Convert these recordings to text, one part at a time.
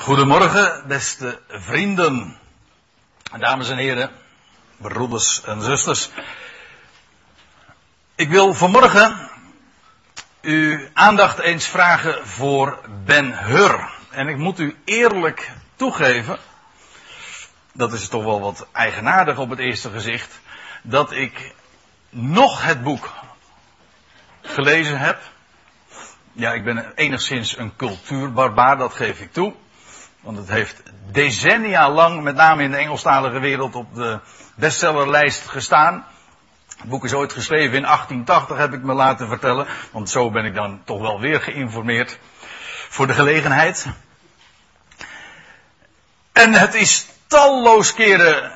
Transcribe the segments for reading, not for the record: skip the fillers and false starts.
Goedemorgen, beste vrienden, dames en heren, broeders en zusters. Ik wil vanmorgen uw aandacht eens vragen voor Ben-Hur. En ik moet u eerlijk toegeven, dat is toch wel wat eigenaardig op het eerste gezicht, dat ik nog het boek gelezen heb. Ja, ik ben enigszins een cultuurbarbaar, dat geef ik toe. Want het heeft decennia lang, met name in de Engelstalige wereld, op de bestsellerlijst gestaan. Het boek is ooit geschreven in 1880, heb ik me laten vertellen. Want zo ben ik dan toch wel weer geïnformeerd voor de gelegenheid. En het is talloos keren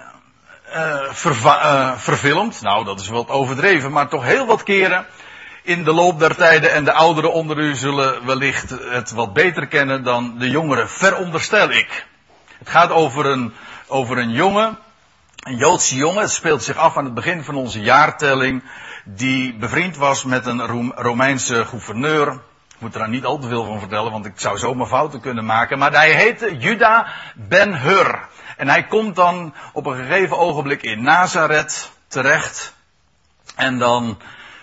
verfilmd. Nou, dat is wat overdreven, maar toch heel wat keren in de loop der tijden. En de ouderen onder u zullen wellicht het wat beter kennen dan de jongeren, veronderstel ik. Het gaat over een jongen, een Joodse jongen. Het speelt zich af aan het begin van onze jaartelling, die bevriend was met een Romeinse gouverneur. Ik moet er daar niet al te veel van vertellen, want ik zou zomaar fouten kunnen maken. Maar hij heette Juda Ben-Hur. En hij komt dan op een gegeven ogenblik in Nazareth terecht. En dan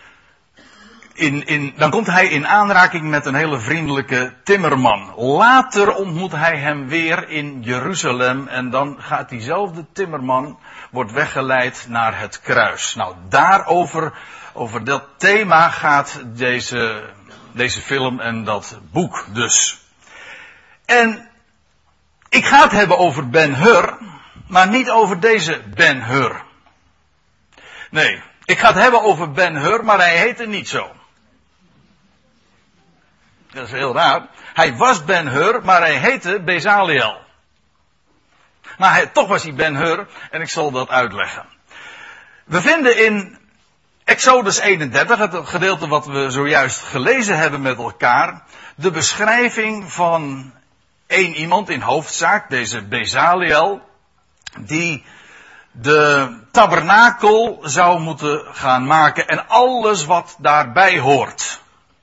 komt hij in aanraking met een hele vriendelijke timmerman. Later ontmoet hij hem weer in Jeruzalem. En dan gaat diezelfde timmerman, wordt weggeleid naar het kruis. Nou, over dat thema gaat deze film en dat boek dus. En ik ga het hebben over Ben-Hur, maar niet over deze Ben-Hur. Nee, ik ga het hebben over Ben-Hur, maar hij heette niet zo. Dat is heel raar. Hij was Ben-Hur, maar hij heette Bezaliel. Maar toch was hij Ben-Hur, en ik zal dat uitleggen. We vinden in Exodus 31, het gedeelte wat we zojuist gelezen hebben met elkaar, de beschrijving van één iemand in hoofdzaak, deze Bezaliel, die de tabernakel zou moeten gaan maken en alles wat daarbij hoort.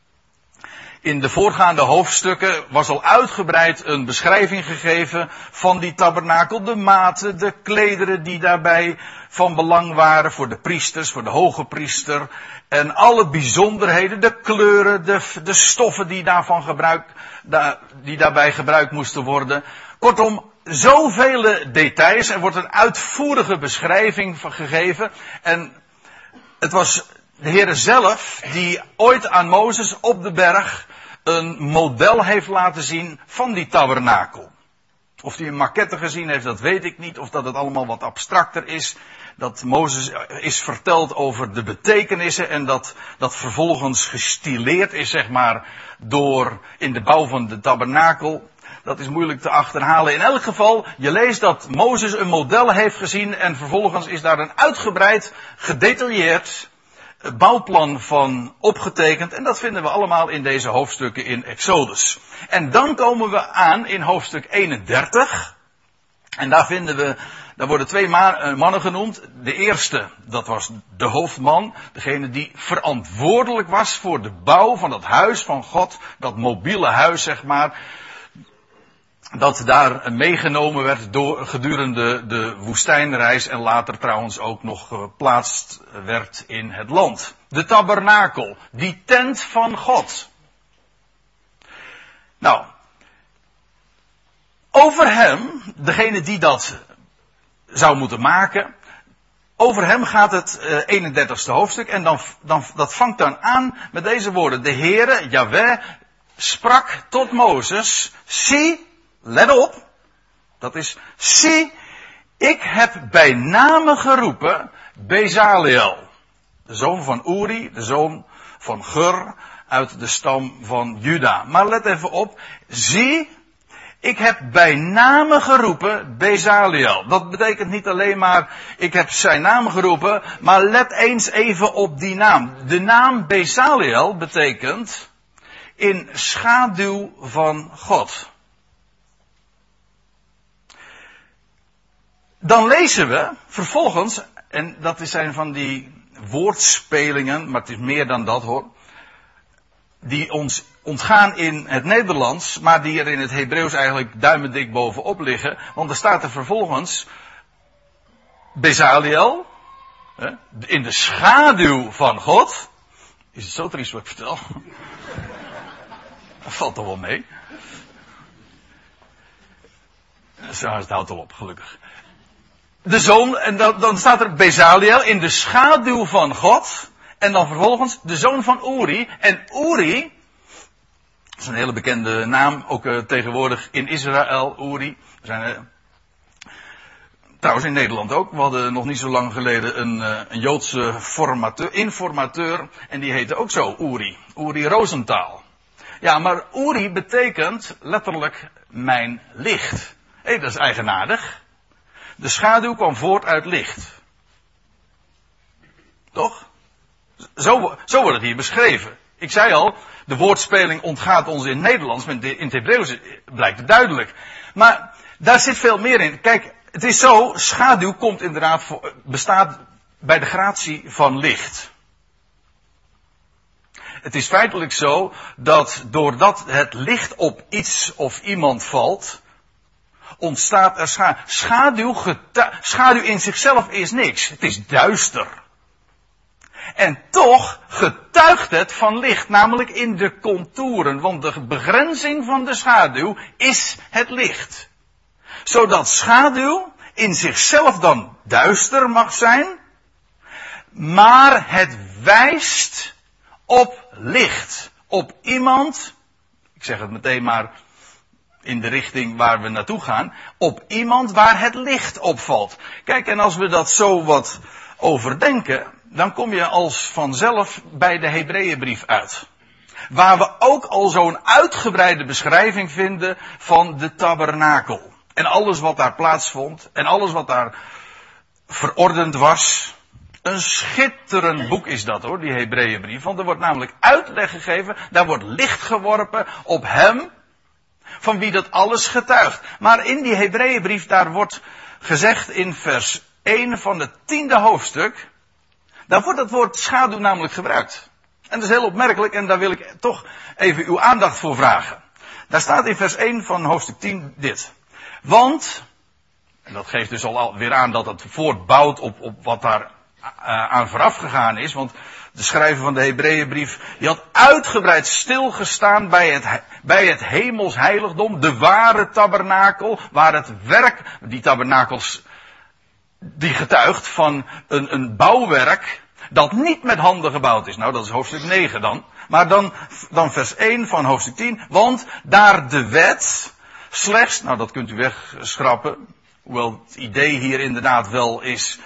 In de voorgaande hoofdstukken was al uitgebreid een beschrijving gegeven van die tabernakel. De maten, de klederen die daarbij van belang waren voor de priesters, voor de hoge priester. En alle bijzonderheden, de kleuren, de stoffen die die daarbij gebruikt moesten worden. Kortom, zoveel details. Er wordt een uitvoerige beschrijving van gegeven. En het was de Heere zelf die ooit aan Mozes op de berg een model heeft laten zien van die tabernakel. Of hij een maquette gezien heeft, dat weet ik niet. Of dat het allemaal wat abstracter is. Dat Mozes is verteld over de betekenissen en dat vervolgens gestileerd is, zeg maar, door in de bouw van de tabernakel. Dat is moeilijk te achterhalen. In elk geval, je leest dat Mozes een model heeft gezien en vervolgens is daar een uitgebreid, gedetailleerd bouwplan van opgetekend. En dat vinden we allemaal in deze hoofdstukken in Exodus. En dan komen we aan in hoofdstuk 31. En daar worden twee mannen genoemd. De eerste, dat was de hoofdman. Degene die verantwoordelijk was voor de bouw van dat huis van God. Dat mobiele huis, zeg maar. Dat daar meegenomen werd gedurende de woestijnreis en later trouwens ook nog geplaatst werd in het land. De tabernakel, die tent van God. Nou, over hem, degene die dat zou moeten maken, over hem gaat het 31ste hoofdstuk en dat vangt dan aan met deze woorden. De Heere, Jahweh, sprak tot Mozes, zie, let op, dat is, zie, ik heb bij name geroepen Bezaliel, de zoon van Uri, de zoon van Gur, uit de stam van Juda. Maar let even op, zie, ik heb bij name geroepen Bezaliel. Dat betekent niet alleen maar, ik heb zijn naam geroepen, maar let eens even op die naam. De naam Bezaliel betekent in schaduw van God. Dan lezen we vervolgens, en dat zijn van die woordspelingen, maar het is meer dan dat hoor, die ons ontgaan in het Nederlands, maar die er in het Hebreeuws eigenlijk duimendik bovenop liggen. Want er staat er vervolgens Bezaliel, in de schaduw van God. Is het zo triest wat ik vertel? Dat valt toch wel mee. Zo, het houdt al op, gelukkig. De zoon, en dan staat er Bezaliel in de schaduw van God. En dan vervolgens de zoon van Uri. En Uri, dat is een hele bekende naam, ook tegenwoordig in Israël, Uri. Er zijn, trouwens in Nederland ook. We hadden nog niet zo lang geleden een Joodse informateur. En die heette ook zo, Uri. Uri Rosenthal. Ja, maar Uri betekent letterlijk mijn licht. Hé, dat is eigenaardig. De schaduw kwam voort uit licht. Toch? Zo wordt het hier beschreven. Ik zei al, de woordspeling ontgaat ons in het Nederlands, maar in het Hebreeuws blijkt het duidelijk. Maar daar zit veel meer in. Kijk, het is zo, schaduw komt inderdaad bestaat bij de gratie van licht. Het is feitelijk zo dat doordat het licht op iets of iemand valt, ontstaat er schaduw. Schaduw in zichzelf is niks. Het is duister. En toch getuigt het van licht, namelijk in de contouren. Want de begrenzing van de schaduw is het licht. Zodat schaduw in zichzelf dan duister mag zijn, maar het wijst op licht. Op iemand, ik zeg het meteen maar in de richting waar we naartoe gaan, op iemand waar het licht opvalt. Kijk, en als we dat zo wat overdenken, dan kom je als vanzelf bij de Hebreeënbrief uit. Waar we ook al zo'n uitgebreide beschrijving vinden van de tabernakel. En alles wat daar plaatsvond. En alles wat daar verordend was. Een schitterend boek is dat hoor, die Hebreeënbrief. Want er wordt namelijk uitleg gegeven. Daar wordt licht geworpen op hem. Van wie dat alles getuigt. Maar in die Hebreeënbrief daar wordt gezegd in vers 1 van het 10e hoofdstuk. Daar wordt het woord schaduw namelijk gebruikt. En dat is heel opmerkelijk en daar wil ik toch even uw aandacht voor vragen. Daar staat in vers 1 van hoofdstuk 10 dit. Want, en dat geeft dus al weer aan dat het voortbouwt op wat daar aan vooraf gegaan is. Want de schrijver van de Hebreeënbrief, die had uitgebreid stilgestaan bij het hemels heiligdom. De ware tabernakel, waar het werk, die tabernakels, die getuigt van een bouwwerk dat niet met handen gebouwd is. Nou, dat is hoofdstuk 9 dan. Maar dan vers 1 van hoofdstuk 10. Want daar de wet slechts, nou dat kunt u wegschrappen. Hoewel het idee hier inderdaad wel is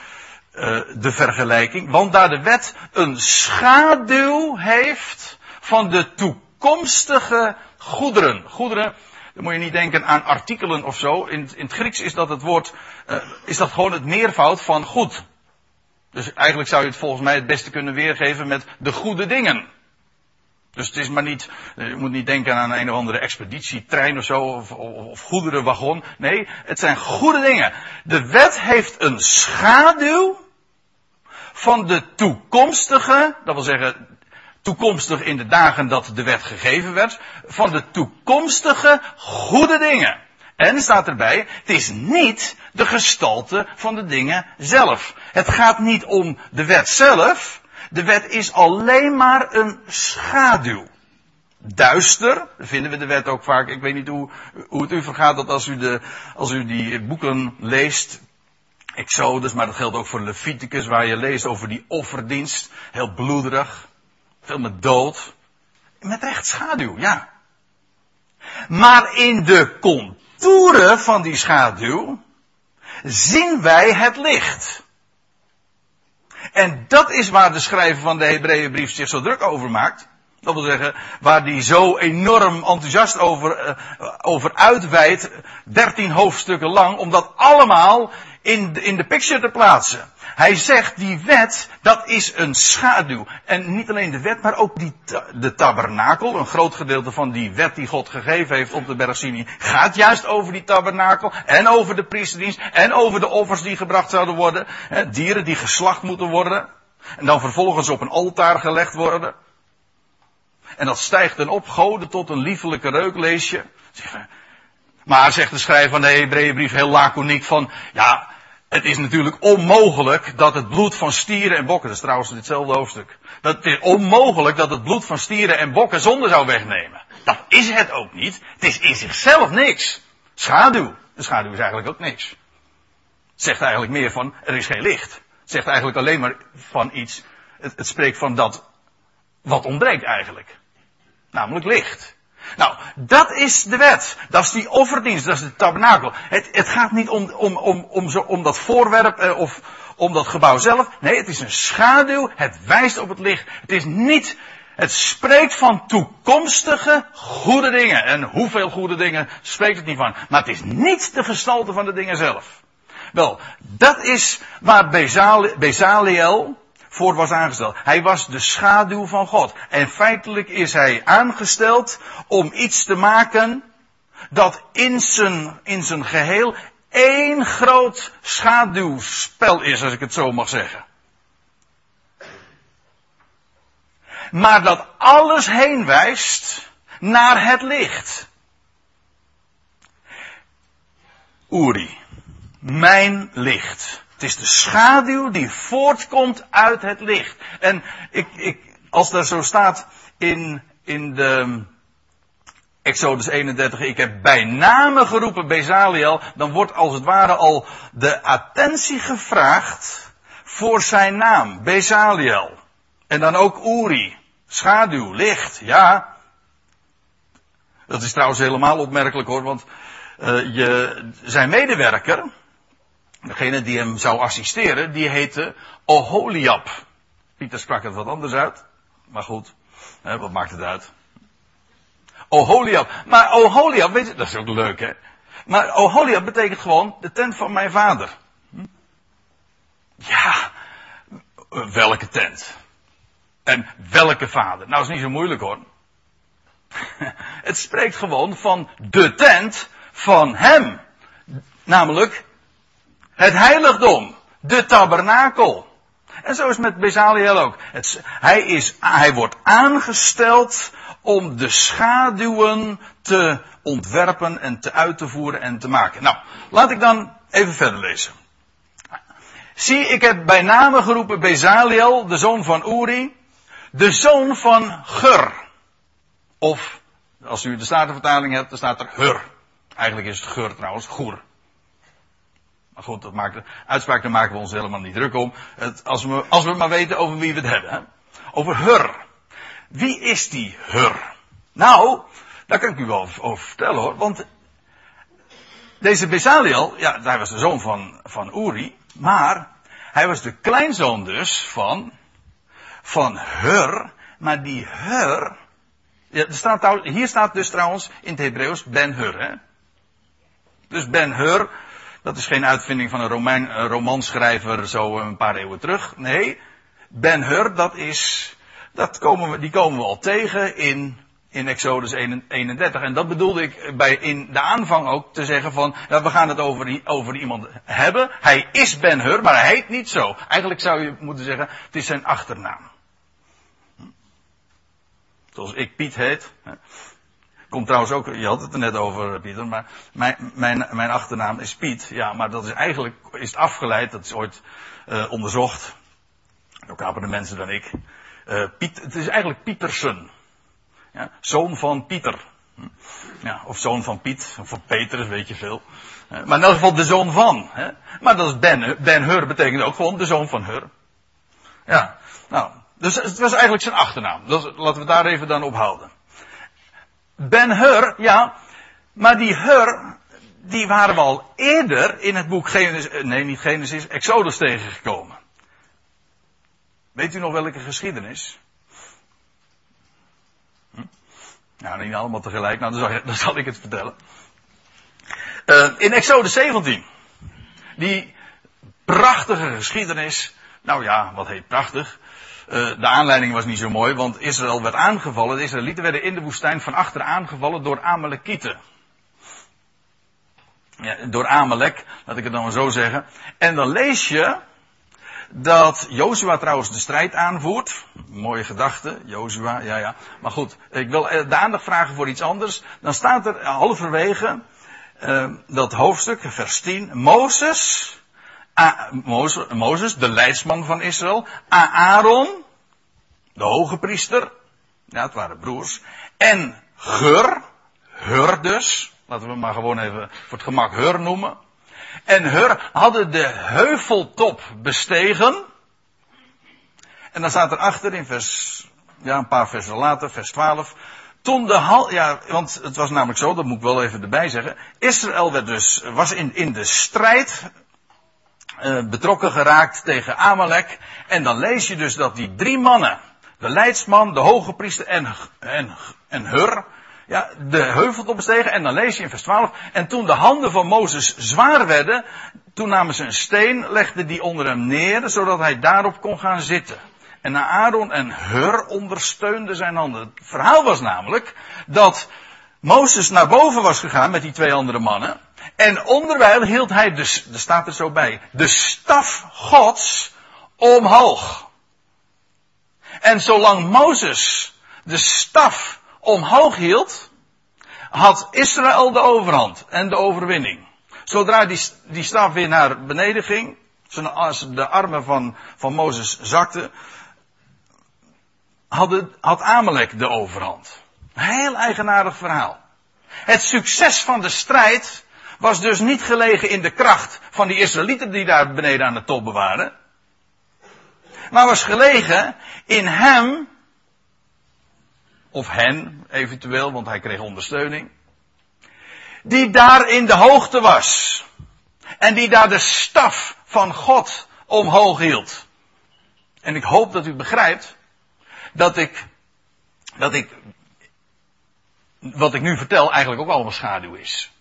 de vergelijking. Want daar de wet een schaduw heeft van de toekomstige goederen. Goederen, dan moet je niet denken aan artikelen of zo. In het Grieks is dat het woord, is dat gewoon het meervoud van goed. Dus eigenlijk zou je het volgens mij het beste kunnen weergeven met de goede dingen. Dus het is maar niet, je moet niet denken aan een of andere expeditietrein of zo, of goederenwagon. Nee, het zijn goede dingen. De wet heeft een schaduw van de toekomstige, dat wil zeggen, toekomstig in de dagen dat de wet gegeven werd, van de toekomstige goede dingen. En staat erbij, het is niet de gestalte van de dingen zelf. Het gaat niet om de wet zelf. De wet is alleen maar een schaduw. Duister, vinden we de wet ook vaak. Ik weet niet hoe het u vergaat dat als u die boeken leest. Exodus, maar dat geldt ook voor Leviticus, waar je leest over die offerdienst. Heel bloederig. Veel met dood. Met echt schaduw, ja. Maar in de contouren van die schaduw zien wij het licht. En dat is waar de schrijver van de Hebreeënbrief zich zo druk over maakt. Dat wil zeggen, waar hij zo enorm enthousiast over uitweidt, 13 hoofdstukken lang, om dat allemaal in de picture te plaatsen. Hij zegt, die wet, dat is een schaduw. En niet alleen de wet, maar ook de tabernakel. Een groot gedeelte van die wet die God gegeven heeft op de berg Sinai gaat juist over die tabernakel. En over de priesterdienst. En over de offers die gebracht zouden worden. Dieren die geslacht moeten worden. En dan vervolgens op een altaar gelegd worden. En dat stijgt dan op, goden tot een liefelijke reuk, lees je. Maar zegt de schrijver van de Hebreeënbrief heel laconiek van, ja, het is natuurlijk onmogelijk dat het bloed van stieren en bokken, dat is trouwens ditzelfde hoofdstuk. Dat het is onmogelijk dat het bloed van stieren en bokken zonde zou wegnemen. Dat is het ook niet. Het is in zichzelf niks. Schaduw. De schaduw is eigenlijk ook niks. Het zegt eigenlijk meer van, er is geen licht. Het zegt eigenlijk alleen maar van iets, het spreekt van dat wat ontbreekt eigenlijk. Namelijk licht. Nou, dat is de wet. Dat is die offerdienst, dat is de tabernakel. Het gaat niet om dat voorwerp of om dat gebouw zelf. Nee, het is een schaduw. Het wijst op het licht. Het is niet, het spreekt van toekomstige goede dingen. En hoeveel goede dingen spreekt het niet van. Maar het is niet de gestalte van de dingen zelf. Wel, dat is waar Bezaliel voor was aangesteld. Hij was de schaduw van God. En feitelijk is hij aangesteld om iets te maken dat in zijn geheel één groot schaduwspel is, als ik het zo mag zeggen. Maar dat alles heen wijst naar het licht. Uri, mijn licht. Het is de schaduw die voortkomt uit het licht. En als daar zo staat in de Exodus 31, ik heb bij name geroepen Bezaliel, dan wordt als het ware al de attentie gevraagd voor zijn naam, Bezaliel. En dan ook Uri, schaduw, licht, ja. Dat is trouwens helemaal opmerkelijk hoor, want zijn medewerker, degene die hem zou assisteren, die heette Oholiab. Pieter sprak het wat anders uit. Maar goed, wat maakt het uit? Oholiab. Maar Oholiab, weet je, dat is ook leuk hè. Maar Oholiab betekent gewoon de tent van mijn vader. Ja, welke tent? En welke vader? Nou, is niet zo moeilijk hoor. Het spreekt gewoon van de tent van hem. Namelijk het heiligdom. De tabernakel. En zo is het met Bezaliel ook. Hij wordt aangesteld om de schaduwen te ontwerpen en uit te voeren en te maken. Nou, laat ik dan even verder lezen. Zie, ik heb bij name geroepen Bezaliel, de zoon van Uri, de zoon van Gur. Of, als u de Statenvertaling hebt, dan staat er Hur. Eigenlijk is het Gur trouwens, Goer. Maar goed, uitspraak, daar maken we ons helemaal niet druk om. Als we maar weten over wie we het hebben. Hè? Over Hur. Wie is die Hur? Nou, daar kan ik u wel over vertellen hoor. Want deze Bezaliel, ja, hij was de zoon van Uri. Maar hij was de kleinzoon dus van Hur. Maar die Hur, ja, hier staat dus trouwens in het Hebreeuws Ben-Hur. Hè? Dus Ben-Hur, dat is geen uitvinding van een romanschrijver zo een paar eeuwen terug. Nee, Ben-Hur, die komen we al tegen in Exodus 31. En dat bedoelde ik in de aanvang ook te zeggen van, nou, we gaan het over iemand hebben. Hij is Ben-Hur, maar hij heet niet zo. Eigenlijk zou je moeten zeggen, het is zijn achternaam. Zoals ik Piet heet. Komt trouwens ook, je had het er net over Pieter, maar mijn achternaam is Piet. Ja, maar dat is eigenlijk afgeleid, dat is ooit onderzocht. Door knapere mensen dan ik. Piet, het is eigenlijk Pietersen. Ja, zoon van Pieter. Ja, of zoon van Piet, of van Petrus, weet je veel. Maar in elk geval de zoon van. Hè. Maar dat is Ben-Hur betekent ook gewoon de zoon van Hur. Ja, nou, dus het was eigenlijk zijn achternaam. Dus laten we daar even dan op houden. Ben-Hur, ja, maar die Hur, die waren we al eerder in het boek Exodus tegengekomen. Weet u nog welke geschiedenis? Nou, niet allemaal tegelijk, nou dan zal ik het vertellen. In Exodus 17. Die prachtige geschiedenis. Nou ja, wat heet prachtig? De aanleiding was niet zo mooi, want Israël werd aangevallen. De Israëlieten werden in de woestijn van achteren aangevallen door Amalekieten. Ja, door Amalek, laat ik het dan maar zo zeggen. En dan lees je dat Jozua trouwens de strijd aanvoert. Mooie gedachte, Jozua, ja. Maar goed, ik wil de aandacht vragen voor iets anders. Dan staat er halverwege dat hoofdstuk, vers 10. Mozes, de leidsman van Israël. Aaron, de hoge priester. Ja, het waren broers. En Hur dus. Laten we hem maar gewoon even voor het gemak Hur noemen. En Hur hadden de heuveltop bestegen. En dan staat erachter in een paar versen later, vers 12. Toen want het was namelijk zo, dat moet ik wel even erbij zeggen. Israël was in de strijd betrokken geraakt tegen Amalek. En dan lees je dus dat die 3 mannen, de leidsman, de hoge priester en Hur, de heuveltop bestegen. En dan lees je in vers 12. En toen de handen van Mozes zwaar werden, toen namen ze een steen, legden die onder hem neer, zodat hij daarop kon gaan zitten. En Aaron en Hur ondersteunden zijn handen. Het verhaal was namelijk dat Mozes naar boven was gegaan met die 2 andere mannen. En onderwijl hield hij er staat er zo bij, de staf Gods omhoog. En zolang Mozes de staf omhoog hield, had Israël de overhand en de overwinning. Zodra die staf weer naar beneden ging, als de armen van Mozes zakten, had Amalek de overhand. Een heel eigenaardig verhaal. Het succes van de strijd was dus niet gelegen in de kracht van die Israëlieten die daar beneden aan de top waren, maar was gelegen in hem, of hen eventueel, want hij kreeg ondersteuning, die daar in de hoogte was. En die daar de staf van God omhoog hield. En ik hoop dat u begrijpt dat ik wat ik nu vertel eigenlijk ook allemaal schaduw is.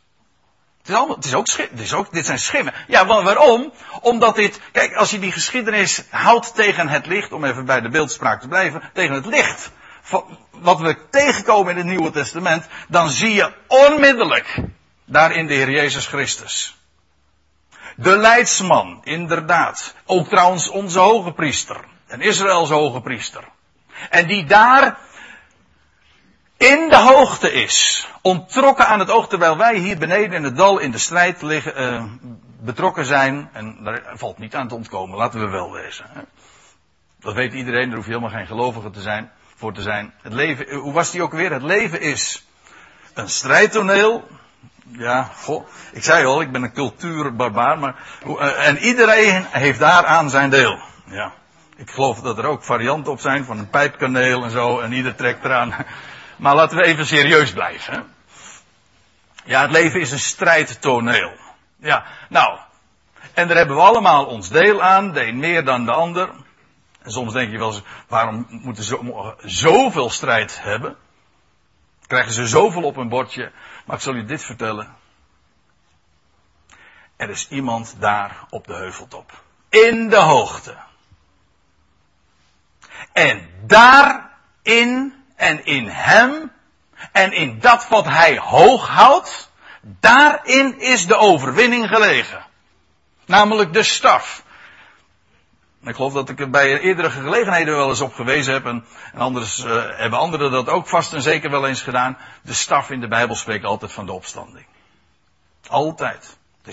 Dit zijn schimmen. Ja, waarom? Omdat kijk, als je die geschiedenis houdt tegen het licht, om even bij de beeldspraak te blijven, tegen het licht, wat we tegenkomen in het Nieuwe Testament, dan zie je onmiddellijk daarin de Heer Jezus Christus. De leidsman, inderdaad. Ook trouwens onze hoge priester. En Israëls hoge priester. En die daar in de hoogte is. Onttrokken aan het oog, terwijl wij hier beneden in het dal in de strijd betrokken zijn. En daar valt niet aan te ontkomen, laten we wel wezen. Hè. Dat weet iedereen, daar hoef je helemaal geen gelovige voor te zijn. Het leven, hoe was die ook weer? Het leven is een strijdtoneel. Ja, ik zei al, ik ben een cultuurbarbaar, maar en iedereen heeft daaraan zijn deel. Ja, ik geloof dat er ook varianten op zijn van een pijpkaneel en zo, en ieder trekt eraan. Maar laten we even serieus blijven. Hè? Ja, het leven is een strijdtoneel. Ja, nou, en daar hebben we allemaal ons deel aan, de een meer dan de ander. En soms denk je wel eens, waarom moeten ze zoveel strijd hebben? Krijgen ze zoveel op hun bordje? Maar ik zal u dit vertellen. Er is iemand daar op de heuveltop. In de hoogte. En daarin en in hem en in dat wat hij hoog houdt, daarin is de overwinning gelegen. Namelijk de staf. Ik geloof dat ik er bij eerdere gelegenheden wel eens op gewezen heb. En anders hebben anderen dat ook vast en zeker wel eens gedaan. De staf in de Bijbel spreekt altijd van de opstanding. Altijd.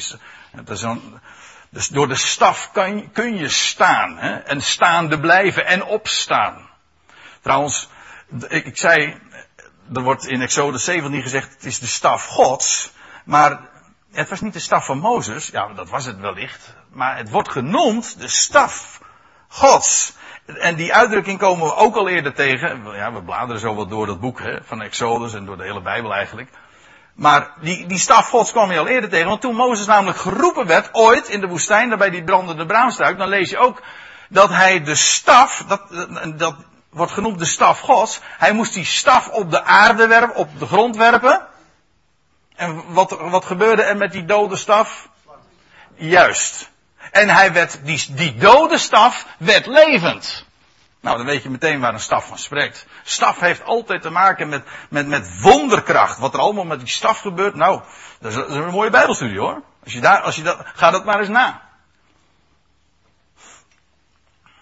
Dus door de staf kun je staan. Hè? En staande blijven en opstaan. Trouwens, ik zei, er wordt in Exodus 17 gezegd, het is de staf Gods. Maar het was niet de staf van Mozes. Ja, dat was het wellicht. Maar het wordt genoemd de staf Gods. En die uitdrukking komen we ook al eerder tegen. Ja, we bladeren zo wat door dat boek van Exodus en door de hele Bijbel eigenlijk. Maar die staf Gods kwam je al eerder tegen. Want toen Mozes namelijk geroepen werd, ooit in de woestijn, daar bij die brandende braamstruik, dan lees je ook dat hij de staf, dat wordt genoemd de staf Gods. Hij moest die staf op de aarde werpen, op de grond werpen. En wat gebeurde er met die dode staf? Juist. En hij werd, die dode staf werd levend. Nou, dan weet je meteen waar een staf van spreekt. Staf heeft altijd te maken met wonderkracht. Wat er allemaal met die staf gebeurt. Nou, dat is een mooie bijbelstudie hoor. Ga dat maar eens na.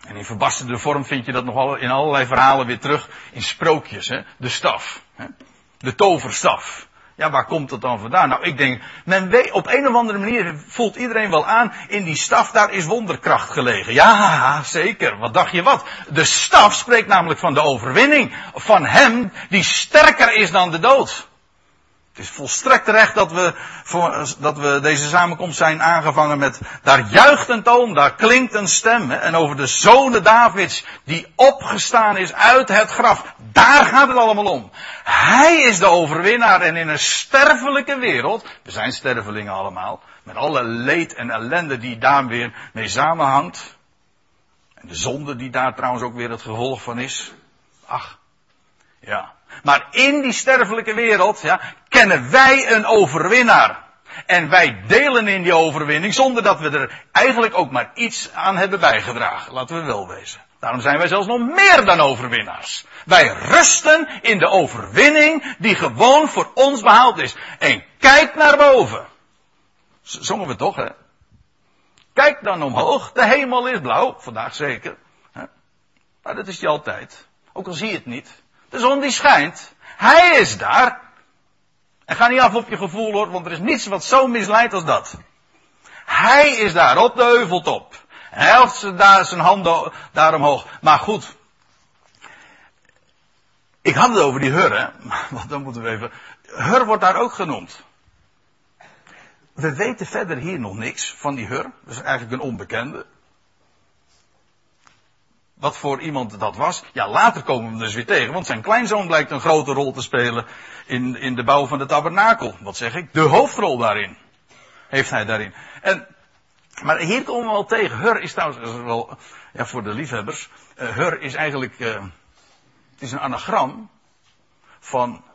En in verbasterde vorm vind je dat nogal in allerlei verhalen weer terug in sprookjes. Hè? De staf. Hè? De toverstaf. Ja, waar komt dat dan vandaan? Nou, ik denk, op een of andere manier voelt iedereen wel aan, in die staf daar is wonderkracht gelegen. Ja, zeker. Wat dacht je wat? De staf spreekt namelijk van de overwinning. Van hem die sterker is dan de dood. Het is volstrekt terecht dat we deze samenkomst zijn aangevangen met, daar juicht een toon, daar klinkt een stem. Hè, en over de zonen Davids die opgestaan is uit het graf. Daar gaat het allemaal om. Hij is de overwinnaar en in een sterfelijke wereld, we zijn stervelingen allemaal, met alle leed en ellende die daar weer mee samenhangt. En de zonde die daar trouwens ook weer het gevolg van is. Ach, ja. Maar in die sterfelijke wereld, ja, kennen wij een overwinnaar. En wij delen in die overwinning zonder dat we er eigenlijk ook maar iets aan hebben bijgedragen. Laten we wel wezen. Daarom zijn wij zelfs nog meer dan overwinnaars. Wij rusten in de overwinning die gewoon voor ons behaald is. En kijk naar boven. Zongen we toch, hè? Kijk dan omhoog. De hemel is blauw. Vandaag zeker. Maar dat is die altijd. Ook al zie je het niet. De zon die schijnt. Hij is daar. En ga niet af op je gevoel hoor, want er is niets wat zo misleidt als dat. Hij is daar op de heuveltop. Hij houdt daar zijn handen daar omhoog. Maar goed. Ik had het over die Hur, hè. Want dan moeten we even. Hur wordt daar ook genoemd. We weten verder hier nog niks van die Hur. Dat is eigenlijk een onbekende. Wat voor iemand dat was. Ja, later komen we hem dus weer tegen. Want zijn kleinzoon blijkt een grote rol te spelen in de bouw van de tabernakel. Wat zeg ik? De hoofdrol daarin. Heeft hij daarin. Maar hier komen we al tegen. Hur is trouwens wel, ja, voor de liefhebbers. Hur is eigenlijk, het is een anagram van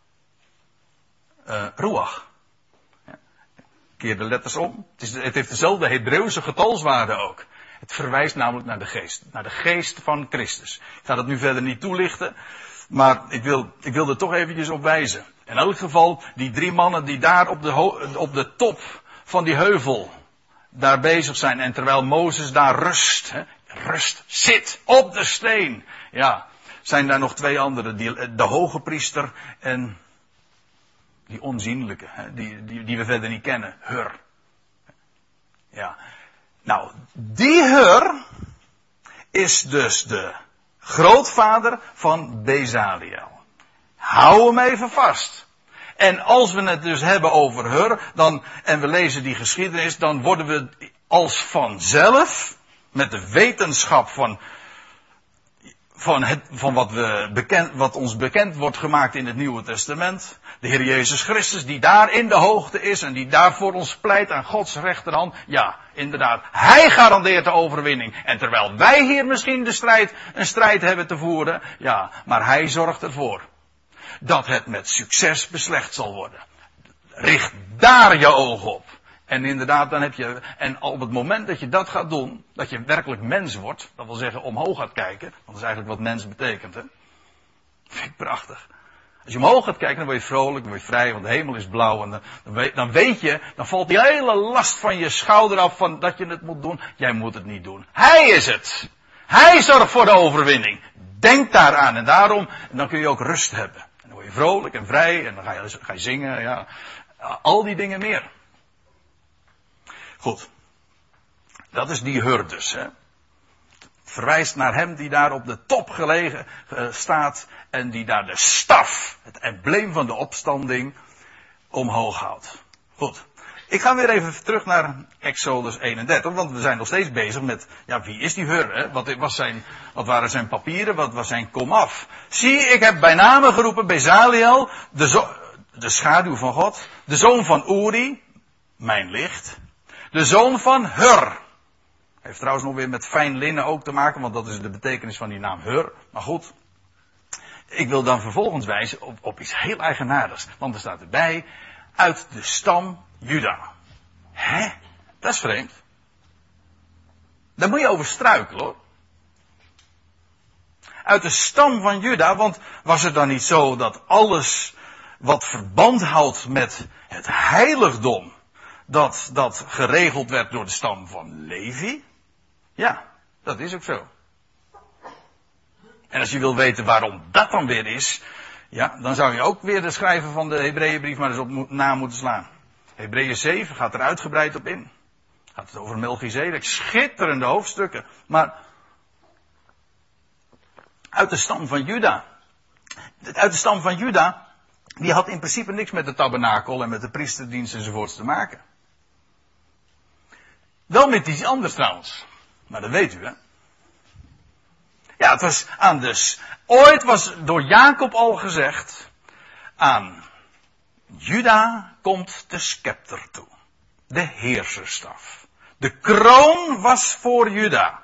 Ruach. Ja. Keer de letters om. Het heeft dezelfde Hebreeuwse getalswaarde ook. Het verwijst namelijk naar de geest van Christus. Ik ga dat nu verder niet toelichten, maar ik wil er toch eventjes op wijzen. In elk geval, die 3 mannen die daar op de top van die heuvel daar bezig zijn. En terwijl Mozes daar zit op de steen. Ja, zijn daar nog 2 anderen, de hoge priester en die onzienlijke, die we verder niet kennen, Hur. Ja. Nou, die Hur is dus de grootvader van Bezaliel. Hou hem even vast. En als we het dus hebben over Hur, en we lezen die geschiedenis, dan worden we als vanzelf, met de wetenschap van wat ons bekend wordt gemaakt in het Nieuwe Testament. De Heer Jezus Christus die daar in de hoogte is en die daar voor ons pleit aan Gods rechterhand. Ja, inderdaad. Hij garandeert de overwinning. En terwijl wij hier misschien een strijd hebben te voeren. Ja, maar hij zorgt ervoor dat het met succes beslecht zal worden. Richt daar je ogen op. En inderdaad, dan heb je, en op het moment dat je dat gaat doen, dat je werkelijk mens wordt, dat wil zeggen omhoog gaat kijken, want dat is eigenlijk wat mens betekent, hè. Vind ik prachtig. Als je omhoog gaat kijken, dan word je vrolijk, dan word je vrij, want de hemel is blauw, en dan weet je, dan valt die hele last van je schouder af, van dat je het moet doen. Jij moet het niet doen. Hij is het. Hij zorgt voor de overwinning. Denk daaraan, en daarom, en dan kun je ook rust hebben. En dan word je vrolijk en vrij, en dan ga je zingen, ja, al die dingen meer. Goed. Dat is die Hur dus. Hè. Verwijst naar hem die daar op de top gelegen staat. En die daar de staf, het embleem van de opstanding, omhoog houdt. Goed. Ik ga weer even terug naar Exodus 31. Want we zijn nog steeds bezig met, ja, wie is die Hur? Hè? Wat waren zijn papieren? Wat was zijn komaf? Zie, ik heb bij name geroepen Bezaliel, de schaduw van God. De zoon van Uri, mijn licht. De zoon van Hur. Heeft trouwens nog weer met fijn linnen ook te maken, want dat is de betekenis van die naam Hur. Maar goed. Ik wil dan vervolgens wijzen op iets heel eigenaardigs. Want er staat erbij, uit de stam Juda. Hè? Dat is vreemd. Daar moet je over struikelen hoor. Uit de stam van Juda, want was het dan niet zo dat alles wat verband houdt met het heiligdom, dat geregeld werd door de stam van Levi? Ja, dat is ook zo. En als je wil weten waarom dat dan weer is, ja, dan zou je ook weer de schrijver van de Hebreeënbrief maar eens op na moeten slaan. Hebreeën 7 gaat er uitgebreid op in. Gaat het over Melchizedek, schitterende hoofdstukken. Maar uit de stam van Juda. Uit de stam van Juda, die had in principe niks met de tabernakel en met de priesterdienst enzovoorts te maken. Wel met iets anders trouwens. Maar dat weet u, hè. Ja, het was ooit was door Jacob al gezegd, aan Juda komt de scepter toe. De heerserstaf. De kroon was voor Juda.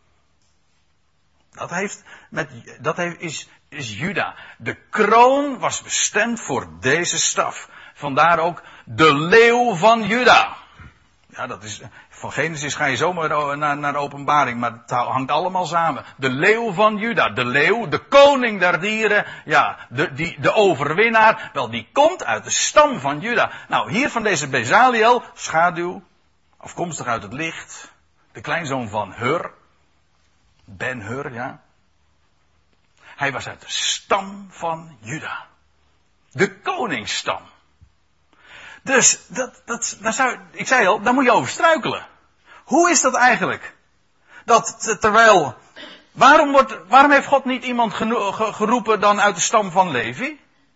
Is Juda. De kroon was bestemd voor deze staf. Vandaar ook de leeuw van Juda. Ja, dat is, van Genesis ga je zomaar naar Openbaring, maar het hangt allemaal samen. De leeuw van Juda, de leeuw, de koning der dieren, ja, de overwinnaar, wel, die komt uit de stam van Juda. Nou, hier van deze Bezaliel, schaduw, afkomstig uit het licht, de kleinzoon van Hur, Ben-Hur, ja. Hij was uit de stam van Juda. De koningsstam. Dus, ik zei al, daar moet je over struikelen. Hoe is dat eigenlijk? Waarom heeft God niet iemand geroepen dan uit de stam van Levi?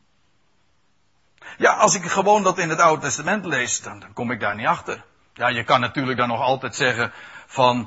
Ja, als ik gewoon dat in het Oude Testament lees, dan kom ik daar niet achter. Ja, je kan natuurlijk dan nog altijd zeggen van,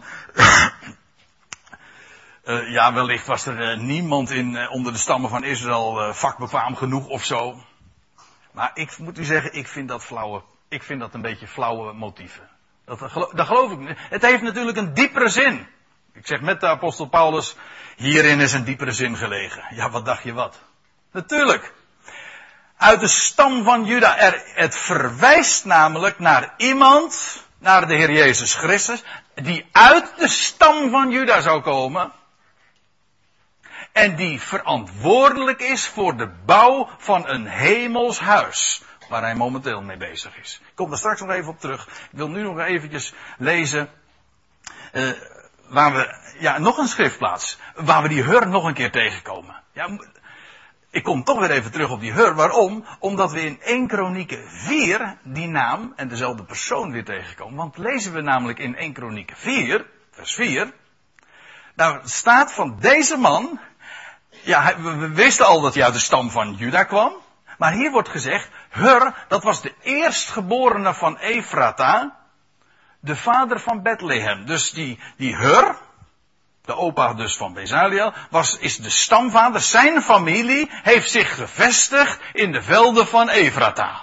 ja, wellicht was er niemand onder de stammen van Israël vakbekwaam genoeg of zo. Maar ik moet u zeggen, ik vind dat een beetje flauwe motieven. Dat geloof ik niet. Het heeft natuurlijk een diepere zin. Ik zeg met de apostel Paulus, hierin is een diepere zin gelegen. Ja, wat dacht je wat? Natuurlijk. Uit de stam van Juda. Het verwijst namelijk naar iemand, naar de Heer Jezus Christus, die uit de stam van Juda zou komen. En die verantwoordelijk is voor de bouw van een hemels huis. Waar hij momenteel mee bezig is. Ik kom daar straks nog even op terug. Ik wil nu nog eventjes lezen. Nog een schriftplaats. Waar we die Hur nog een keer tegenkomen. Ja, ik kom toch weer even terug op die Hur. Waarom? Omdat we in 1 Kronieken 4 die naam en dezelfde persoon weer tegenkomen. Want lezen we namelijk in 1 Kronieken 4, vers 4. Daar staat van deze man. Ja, we wisten al dat hij uit de stam van Juda kwam. Maar hier wordt gezegd, Hur, dat was de eerstgeborene van Efrata, de vader van Bethlehem. Dus die Hur, de opa dus van Bezaliel, is de stamvader. Zijn familie heeft zich gevestigd in de velden van Efrata.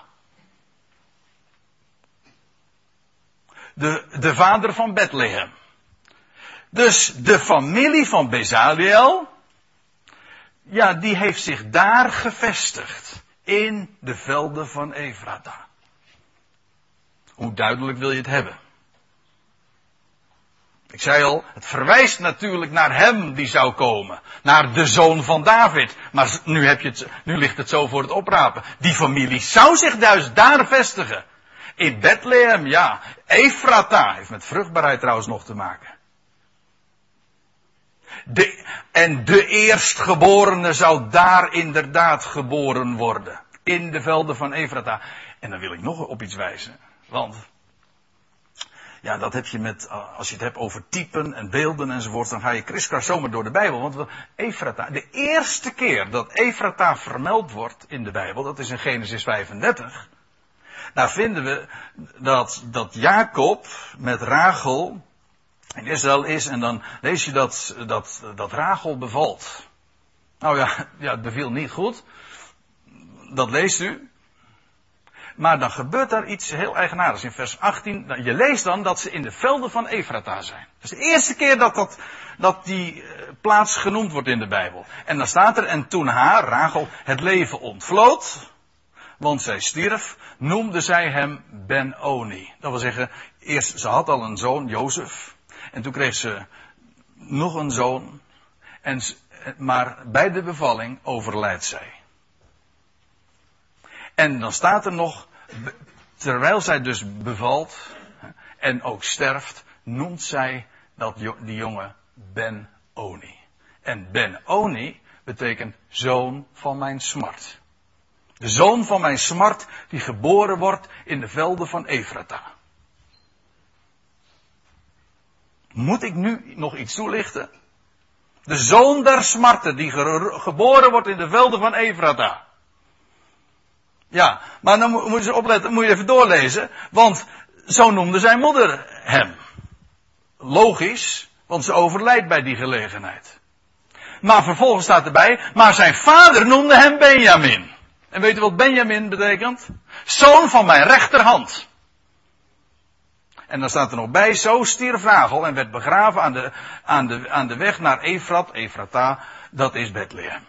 De vader van Bethlehem. Dus de familie van Bezaliel, ja, die heeft zich daar gevestigd. In de velden van Efrata. Hoe duidelijk wil je het hebben? Ik zei al, het verwijst natuurlijk naar hem die zou komen. Naar de zoon van David. Maar nu ligt het zo voor het oprapen. Die familie zou zich dus daar vestigen. In Bethlehem, ja. Efrata heeft met vruchtbaarheid trouwens nog te maken. De eerstgeborene zou daar inderdaad geboren worden. In de velden van Efrata. En dan wil ik nog op iets wijzen. Want, ja, dat heb je als je het hebt over typen en beelden enzovoort, dan ga je kriskras zomaar door de Bijbel. Want Efrata, de eerste keer dat Efrata vermeld wordt in de Bijbel, dat is in Genesis 35. Daar vinden we dat Jacob met Rachel in Israël is, en dan lees je dat Rachel bevalt. Nou ja, het beviel niet goed. Dat leest u. Maar dan gebeurt daar iets heel eigenaardigs in vers 18. Je leest dan dat ze in de velden van Efrata zijn. Dat is de eerste keer dat die plaats genoemd wordt in de Bijbel. En dan staat er, en toen Rachel, het leven ontvlood, want zij stierf, noemde zij hem Ben-Oni. Dat wil zeggen, ze had al een zoon, Jozef. En toen kreeg ze nog een zoon. Maar bij de bevalling overlijdt zij. En dan staat er nog, terwijl zij dus bevalt en ook sterft, noemt zij die jongen Ben-Oni. En Ben-Oni betekent zoon van mijn smart. De zoon van mijn smart die geboren wordt in de velden van Efrata. Moet ik nu nog iets toelichten? De zoon der smarten die geboren wordt in de velden van Efrata. Ja, maar dan moet je opletten, moet je even doorlezen. Want zo noemde zijn moeder hem. Logisch, want ze overlijdt bij die gelegenheid. Maar vervolgens staat erbij, maar zijn vader noemde hem Benjamin. En weet u wat Benjamin betekent? Zoon van mijn rechterhand. En dan staat er nog bij, zo stierf Rachel en werd begraven aan de weg naar Efrata, dat is Bethlehem.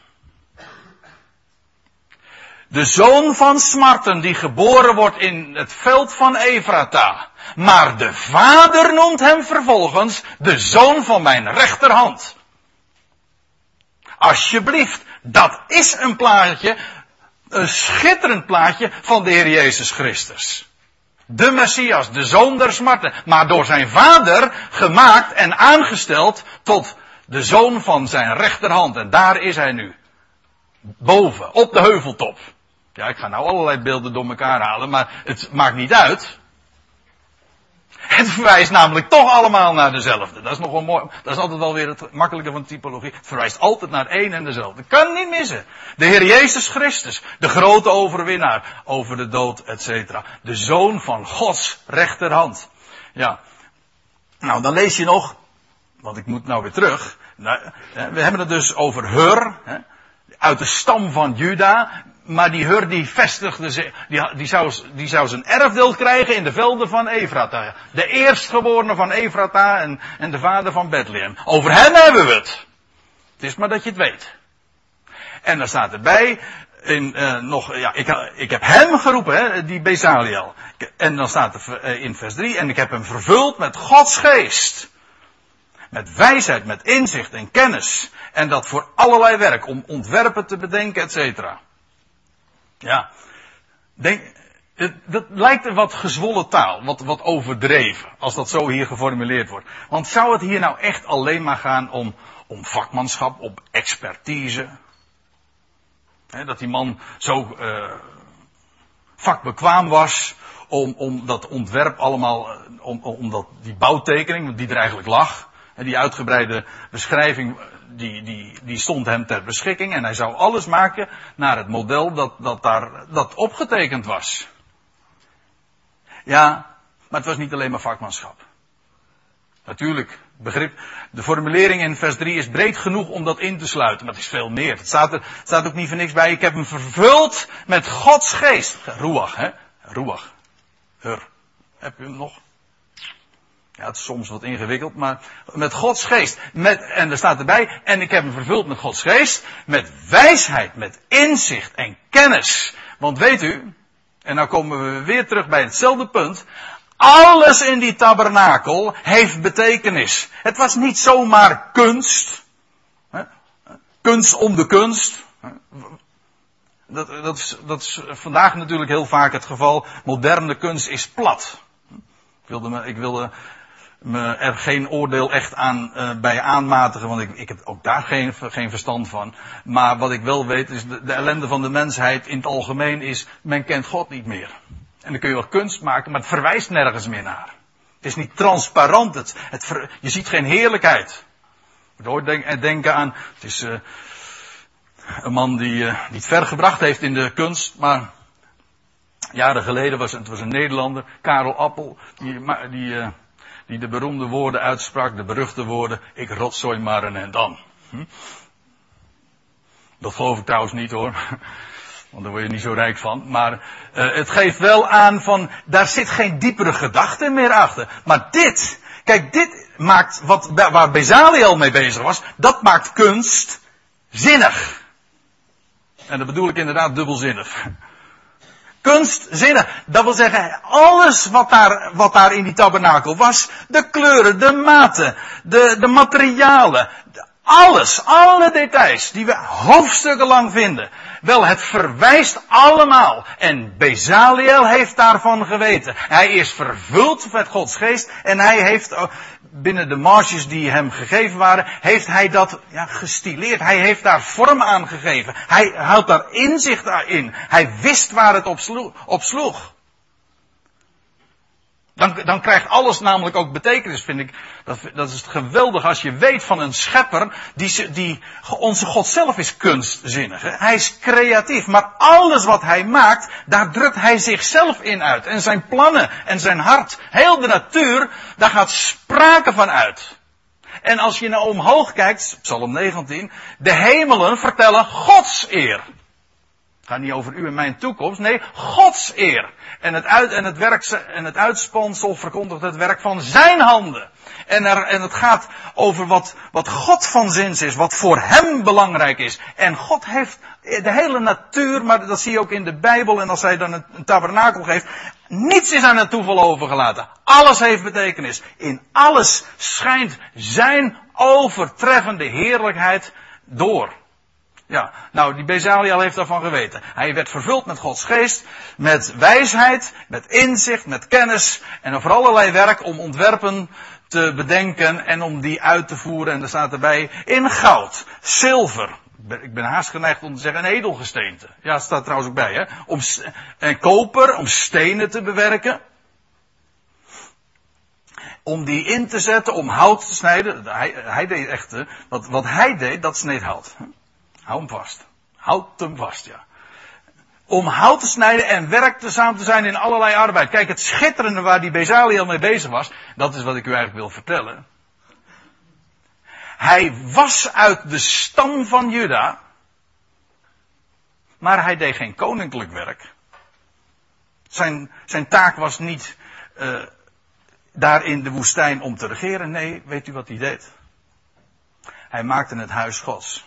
De zoon van smarten die geboren wordt in het veld van Efrata. Maar de vader noemt hem vervolgens de zoon van mijn rechterhand. Alsjeblieft, dat is een plaatje, een schitterend plaatje van de Heer Jezus Christus. De Messias, de zoon der smarten, maar door zijn vader gemaakt en aangesteld tot de zoon van zijn rechterhand. En daar is hij nu. Boven, op de heuveltop. Ja, ik ga nou allerlei beelden door elkaar halen, maar het maakt niet uit. Het verwijst namelijk toch allemaal naar dezelfde. Dat is nog wel mooi. Dat is altijd wel weer het makkelijke van typologie. Het verwijst altijd naar één en dezelfde. Kan niet missen. De Heer Jezus Christus. De grote overwinnaar over de dood, etc. De zoon van Gods rechterhand. Ja. Nou, dan lees je nog. Want ik moet nou weer terug. We hebben het dus over Hur. Uit de stam van Juda. Maar die Hur die vestigde zich, die zou zijn erfdeel krijgen in de velden van Efrata. De eerstgeborene van Efrata en de vader van Bethlehem. Over hem hebben we het. Het is maar dat je het weet. En dan staat erbij, ik heb hem geroepen, die Bezaliel. En dan staat er in vers 3, en ik heb hem vervuld met Gods geest. Met wijsheid, met inzicht en kennis. En dat voor allerlei werk, om ontwerpen te bedenken, et cetera. Ja, dat lijkt een wat gezwollen taal, wat overdreven, als dat zo hier geformuleerd wordt. Want zou het hier nou echt alleen maar gaan om vakmanschap, om expertise? Dat die man zo vakbekwaam was om dat ontwerp allemaal, om die bouwtekening, die er eigenlijk lag, en die uitgebreide beschrijving, die stond hem ter beschikking en hij zou alles maken naar het model dat opgetekend was. Ja, maar het was niet alleen maar vakmanschap. Natuurlijk, begrip, de formulering in vers 3 is breed genoeg om dat in te sluiten, maar het is veel meer. Het staat ook niet voor niks bij, ik heb hem vervuld met Gods geest. Ruach, hè? Ruach. Hur. Heb je hem nog? Ja, het is soms wat ingewikkeld, maar met Gods geest. En er staat erbij, en ik heb hem vervuld met Gods geest, met wijsheid, met inzicht en kennis. Want weet u, en nou komen we weer terug bij hetzelfde punt, alles in die tabernakel heeft betekenis. Het was niet zomaar kunst. Kunst om de kunst. Dat is vandaag natuurlijk heel vaak het geval. Moderne kunst is plat. Ik wilde me er geen oordeel echt bij aanmatigen, want ik heb ook daar geen verstand van. Maar wat ik wel weet is, de ellende van de mensheid in het algemeen is, men kent God niet meer. En dan kun je wel kunst maken, maar het verwijst nergens meer naar. Het is niet transparant, je ziet geen heerlijkheid. Ik moet ooit denken aan, het is een man die het ver gebracht heeft in de kunst, maar jaren geleden was een Nederlander, Karel Appel, die de beroemde woorden uitsprak, de beruchte woorden, ik rotzooi maar en dan. Dat geloof ik trouwens niet hoor, want daar word je niet zo rijk van. Maar het geeft wel aan van, daar zit geen diepere gedachte meer achter. Maar dit maakt, waar Bezaliel mee bezig was, dat maakt kunst zinnig. En dat bedoel ik inderdaad dubbelzinnig. Kunstzinnig. Dat wil zeggen, alles wat daar in die tabernakel was, de kleuren, de maten, de materialen, Alles, alle details die we hoofdstukken lang vinden. Wel, het verwijst allemaal. En Bezaliel heeft daarvan geweten. Hij is vervuld met Gods geest. En hij heeft, binnen de marges die hem gegeven waren, heeft hij dat gestileerd. Hij heeft daar vorm aan gegeven. Hij had daar inzicht in. Hij wist waar het op sloeg. Dan krijgt alles namelijk ook betekenis, vind ik. Dat is het geweldig als je weet van een schepper die onze God zelf is kunstzinnig. Hè? Hij is creatief, maar alles wat hij maakt, daar drukt hij zichzelf in uit. En zijn plannen en zijn hart, heel de natuur, daar gaat sprake van uit. En als je nou omhoog kijkt, Psalm 19, de hemelen vertellen Gods eer. Het gaat niet over u en mijn toekomst. Nee, Gods eer. En het uitspansel verkondigt het werk van zijn handen. En het gaat over wat God van zins is. Wat voor hem belangrijk is. En God heeft de hele natuur. Maar dat zie je ook in de Bijbel. En als hij dan een tabernakel geeft. Niets is aan het toeval overgelaten. Alles heeft betekenis. In alles schijnt zijn overtreffende heerlijkheid door. Ja, nou, die Bezaliel heeft daarvan geweten. Hij werd vervuld met Gods geest, met wijsheid, met inzicht, met kennis en over allerlei werk om ontwerpen te bedenken en om die uit te voeren. En er staat erbij in goud, zilver. Ik ben haast geneigd om te zeggen een edelgesteente. Ja, het staat trouwens ook bij, hè. En koper, om stenen te bewerken. Om die in te zetten, om hout te snijden. Hij deed echt, wat hij deed, dat sneed hout. Hou hem vast. Houd hem vast, ja. Om hout te snijden en werkzaam te zijn in allerlei arbeid. Kijk, het schitterende waar die Bezaliel mee bezig was, dat is wat ik u eigenlijk wil vertellen. Hij was uit de stam van Juda, maar hij deed geen koninklijk werk. Zijn taak was niet daar in de woestijn om te regeren. Nee, weet u wat hij deed? Hij maakte het huis Gods.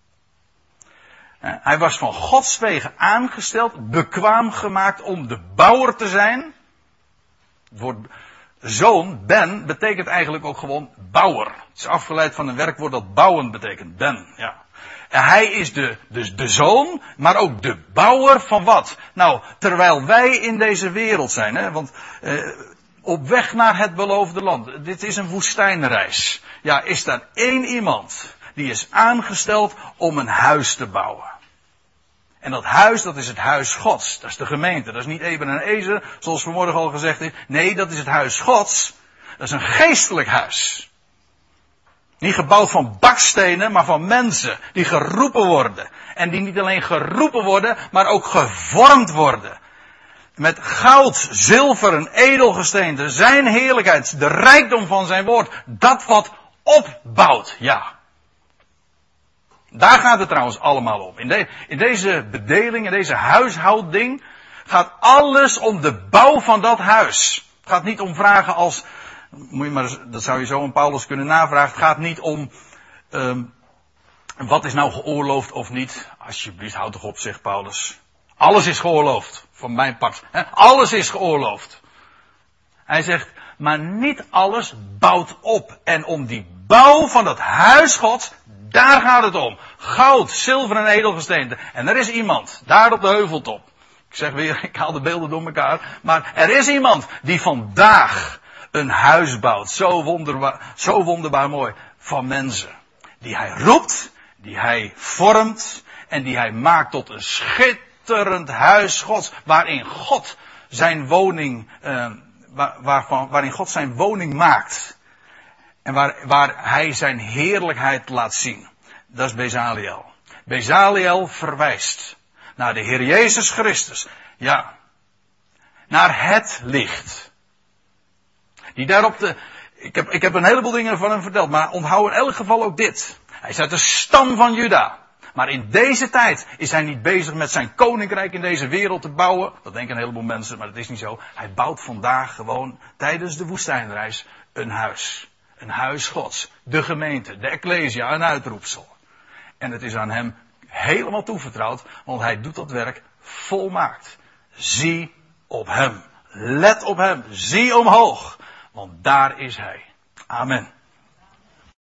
Hij was van Gods wegen aangesteld, bekwaam gemaakt om de bouwer te zijn. Het woord zoon, ben, betekent eigenlijk ook gewoon bouwer. Het is afgeleid van een werkwoord dat bouwen betekent, ben, ja. En hij is dus de zoon, maar ook de bouwer van wat? Nou, terwijl wij in deze wereld zijn, hè, want op weg naar het beloofde land, dit is een woestijnreis. Ja, is daar één iemand die is aangesteld om een huis te bouwen. En dat huis, dat is het huis Gods. Dat is de gemeente. Dat is niet Eben en Ezer, zoals vanmorgen al gezegd is. Nee, dat is het huis Gods. Dat is een geestelijk huis. Niet gebouwd van bakstenen, maar van mensen die geroepen worden. En die niet alleen geroepen worden, maar ook gevormd worden. Met goud, zilver en edelgesteente. Zijn heerlijkheid, de rijkdom van zijn woord. Dat wat opbouwt, ja. Daar gaat het trouwens allemaal om. In deze bedeling, in deze huishoudding, gaat alles om de bouw van dat huis. Het gaat niet om vragen als, dat zou je zo aan Paulus kunnen navragen. Het gaat niet om, wat is nou geoorloofd of niet. Alsjeblieft, houd toch op, zegt Paulus. Alles is geoorloofd, van mijn part. Alles is geoorloofd. Hij zegt, maar niet alles bouwt op. En om die bouw van dat huis Gods, daar gaat het om. Goud, zilver en edelgesteente. En er is iemand, daar op de heuveltop. Ik zeg weer, ik haal de beelden door elkaar. Maar er is iemand die vandaag een huis bouwt. Zo wonderbaar mooi. Van mensen. Die hij roept, die hij vormt. En die hij maakt tot een schitterend huis Gods. Waarin God zijn woning, waarin God zijn woning maakt. En waar hij zijn heerlijkheid laat zien. Dat is Bezaliel. Bezaliel verwijst naar de Heer Jezus Christus. Ja. Naar het licht. Die daarop ik heb een heleboel dingen van hem verteld. Maar onthoud in elk geval ook dit. Hij is uit de stam van Juda. Maar in deze tijd is hij niet bezig met zijn koninkrijk in deze wereld te bouwen. Dat denken een heleboel mensen, maar dat is niet zo. Hij bouwt vandaag gewoon tijdens de woestijnreis een huis. Een huis Gods. De gemeente, de Ecclesia, een uitroepsel. En het is aan hem helemaal toevertrouwd, want hij doet dat werk volmaakt. Zie op hem. Let op hem. Zie omhoog. Want daar is hij. Amen.